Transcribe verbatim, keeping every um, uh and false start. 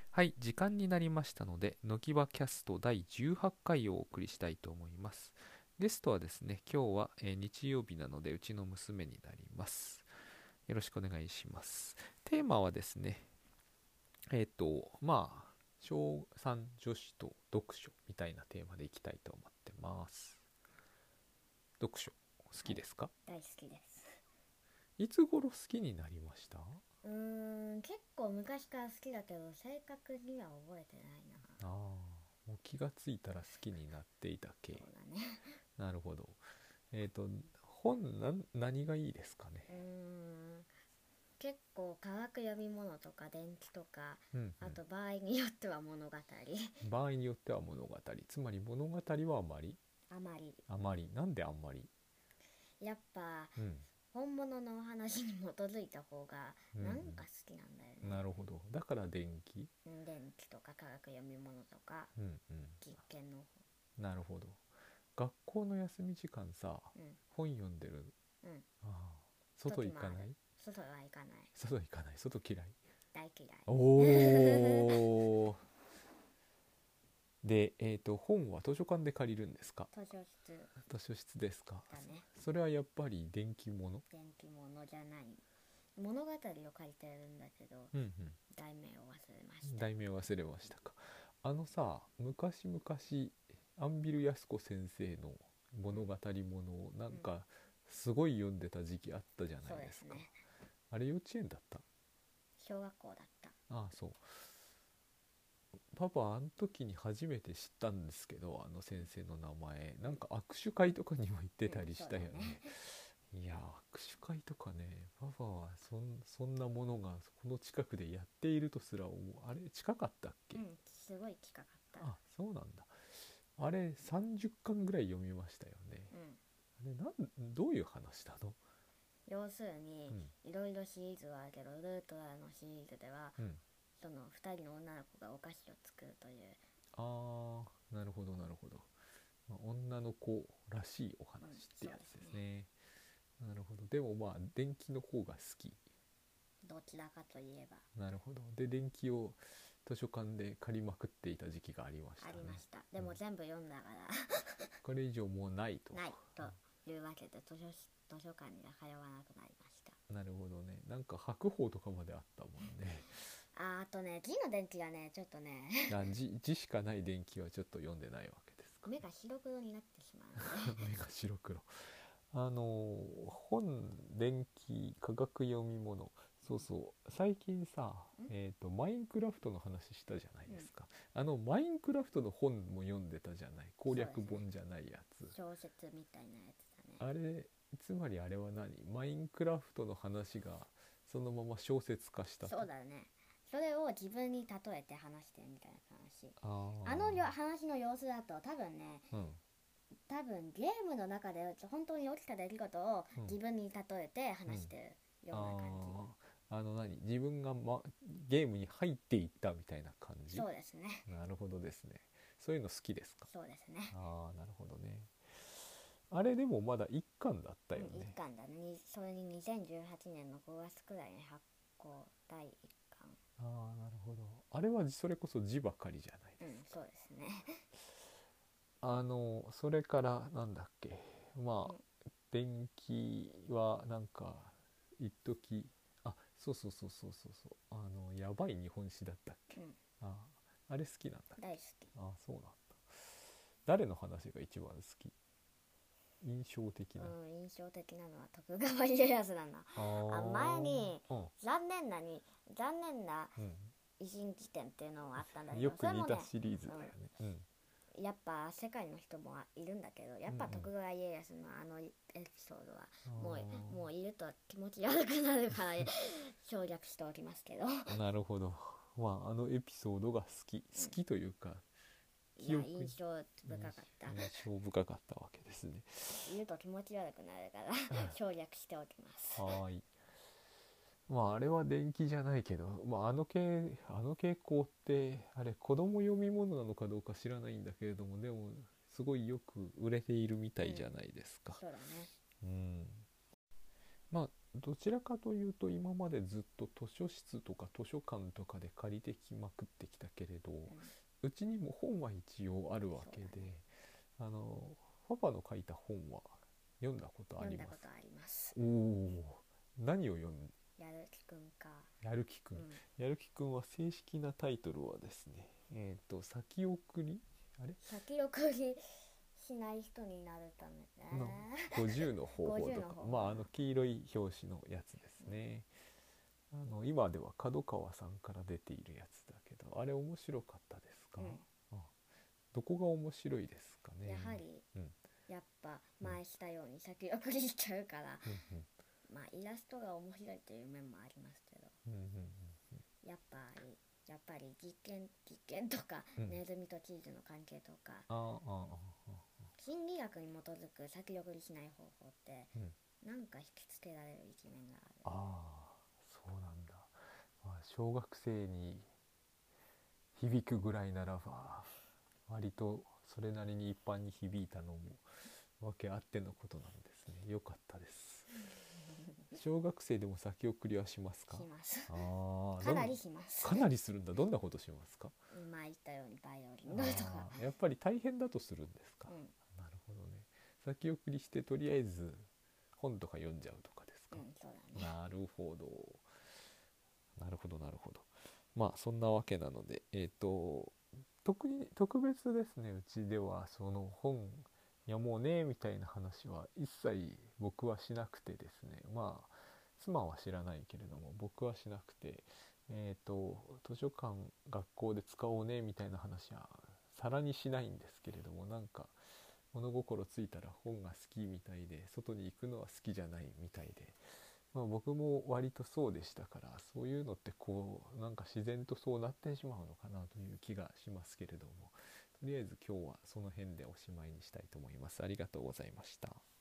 はい、時間になりましたので、のきばキャストだいじゅうはちかいをお送りしたいと思います。ゲストはですね、今日は、えー日曜日なので、うちの娘になります。よろしくお願いします。テーマはですね、えっ、と、まあ、小さん女子と読書みたいなテーマでいきたいと思ってます。読書、好きですか？ 大好きです。 いつ頃好きになりました？ うーん結構昔から好きだけど正確には覚えてないな。 ああ、もう気がついたら好きになっていたそう系。 だね。 なるほど。えっ、と、本なん、何がいいですかね。 うーん結構科学読み物とか電気とか、 うんあと場合によっては物語。 うん。場合によっては物語。つまり物語はあまり、 あまり。 あまり。なんであんまり？ やっぱうん。 本物のお話に基づいた方がうんなんか好きなんだようん。 ね。 なるほど。だから電気。 うん電気とか科学読み物とかうんう実験の方。 ん。なるほど。学校の休み時間さ、 うん本読んでる？ うんああ。外時もある。 行かない？ 外は行かない。 外行かない。外嫌い？ 大嫌い。 おー。で、えっ、と、本は図書館で借りるんですか？ 図書室図書室ですか？ だね。 それはやっぱり電気物？ 電気物じゃない物語を借りてるんだけどうんうん。 題名を忘れました。 題名忘れましたか。あのさ、昔々アンビル安子先生の物語ものをなんうん、 かすごい読んでた時期あったじゃなそういですか。 ですね。 あれ幼稚園だった？ 小学校だった。 ああ、そう。パパあの時に初めて知ったんですけど、あの先生の名前なんか握手会とかにも行ってうん、うん、 たりしたよね。 そうだね。 いや握手会とかね、パパはそん、そんなものがこの近くでやっているとすら思う。あれ近かったっけ？ うんすごい近かった。 あ、そうなんだ。あれさんじゅっかんぐらい読みましたよね。 うんあれなんどういう話なの？ 要するにうんいろいろシリーズはあるけどルートラのシリーズではうん。 そのふたりの女の子がお菓子を作るという。 ああ、なるほどなるほど。まあ、女の子らしいお話うんってやつそうですね。 ですね。なるほど。でもまあ電気の方が好き。 どちらかといえば。 なるほど。で電気を図書館で借りまくっていた時期がありましたね。 ありました。でうん、 も全部読んだかこれ以上もうないと。 らないというわけで図書図書館には通わなくなりました。 なるほどね。なんか白鵬とかまであったもんね。 ああとね銀の電気がねちょっとねあ、字字しかない電気はちょっと読んでないわけですか。 目が白黒になってしまうので目が白黒。あの本、電気、科学読み物、そうそう、最近さ、えーと、マインクラフトの話したじゃないですか。あのマインクラフトの本も読んでたじゃない、攻略本じゃないやつ。 小説みたいなやつだね。 あれ、つまりあれは何？マインクラフトの話がそのまま小説化したと？ そうだね。それを自分に例えて話してるみたいな話。 ああのよ話の様子だと多分ねあ、うん多分ゲームの中で本当に起きた出来事をうん。 自分に例えて話してるような感じ。 ああ、あの何、自分が、ま、ゲームに入っていったみたいな感じ？ そうですね。 なるほどですね。そういうの好きですか？ そうですね。 ああ、なるほどね。あれでもまだ一巻だったうんよね。 一巻だね。にそれににせんじゅうはちねんのごがつくらいに発行だいいっかん。 ああ、なるほど。あれはそれこそ字ばかりじゃないですか。 うんそうですね。 あの、それからなんだっけ。まあ、 うん電気はなんか、一時、あ、そうそうそうそうそうそう。あの、やばい日本史だったっけ。 うんああ、あれ好きなんだっけ。 大好き。 ああ、そうなんだ。誰の話が一番好き？印象的な。 うん印象的なのは徳川家康だな。 ああ前にあ、 残念なに残念なうん。 偉人辞典っていうのがあったんだうん。 けよく似どそれもね、 たシリーズだよね。うん。 やっぱ世界の人もいるんだけどやっぱ徳川家康のあのエピソードはもうもういると気持ち悪くなるから省略しておきますけどあーなるほど。まあ、あのエピソードが好き。好きというか、 いや記憶に印象深かった印象深かったわけですね。 いると気持ち悪くなるから省略しておきますはーい。まあ、あれは電気じゃないけど、まあ、あの傾、あの傾向って、あれ、子供読み物なのかどうか知らないんだけれども、でも、すごいよく売れているみたいじゃないですか。 そうだね。 うん。まあ、 どちらかというと今までずっと図書室とか図書館とかで借りてきまくってきたけれど、 うん、 うちにも本は一応あるわけで、 そうだね、 あのパパの書いた本は読んだことあります？ 読んだことあります。 おお、何を読んやる気くんか。 やる気くん、 うん、 やる気くんは正式なタイトルはですね、えっ、と先送りあれ先送りしない人になるためのね。 ごじゅうの方法ごじゅうとか、 の方法、 まああの黄色い表紙のやつですね。あの今では角川さんから出ているやつだけど、あれ面白かったですか？ うん、 あ、どこが面白いですかね？ やはり、 うんやっぱ前したように先送りしちゃうから、 うんうんまあイラストが面白いという面もありますけど、 うんうんやっぱりやっぱり実験実験とか、 うんネズミとチーズの関係とか、 あああああ心理学に基づく先送りしない方法って、 うんなんか引きつけられる一面がある。 ああ、そうなんだ。まあ、小学生に響くぐらいならば割とそれなりに一般に響いたのもわけあってのことなんですね。よかったです。小学生でも先送りはしますか？ します。 ああ、 かなりします。 かなりするんだ。どんなことしますか？ 今言ったようにバイオリンのとか。 あーやっぱり大変だとするんですか？ うん、 なるほどね。先送りしてとりあえず本とか読んじゃうとかですか？ うん、そうだね。 なるほど。なるほどなるほど。まあそんなわけなので、えっと特に特別ですね。うちではその本読もうねみたいな話は一切僕はしなくてですね。まあ妻は知らないけれども僕はしなくて、えっと図書館学校で使おうねみたいな話はさらにしないんですけれども、なんか物心ついたら本が好きみたいで外に行くのは好きじゃないみたいで、まあ、僕も割とそうでしたから、そういうのってこうなんか自然とそうなってしまうのかなという気がしますけれども、とりあえず今日はその辺でおしまいにしたいと思います。ありがとうございました。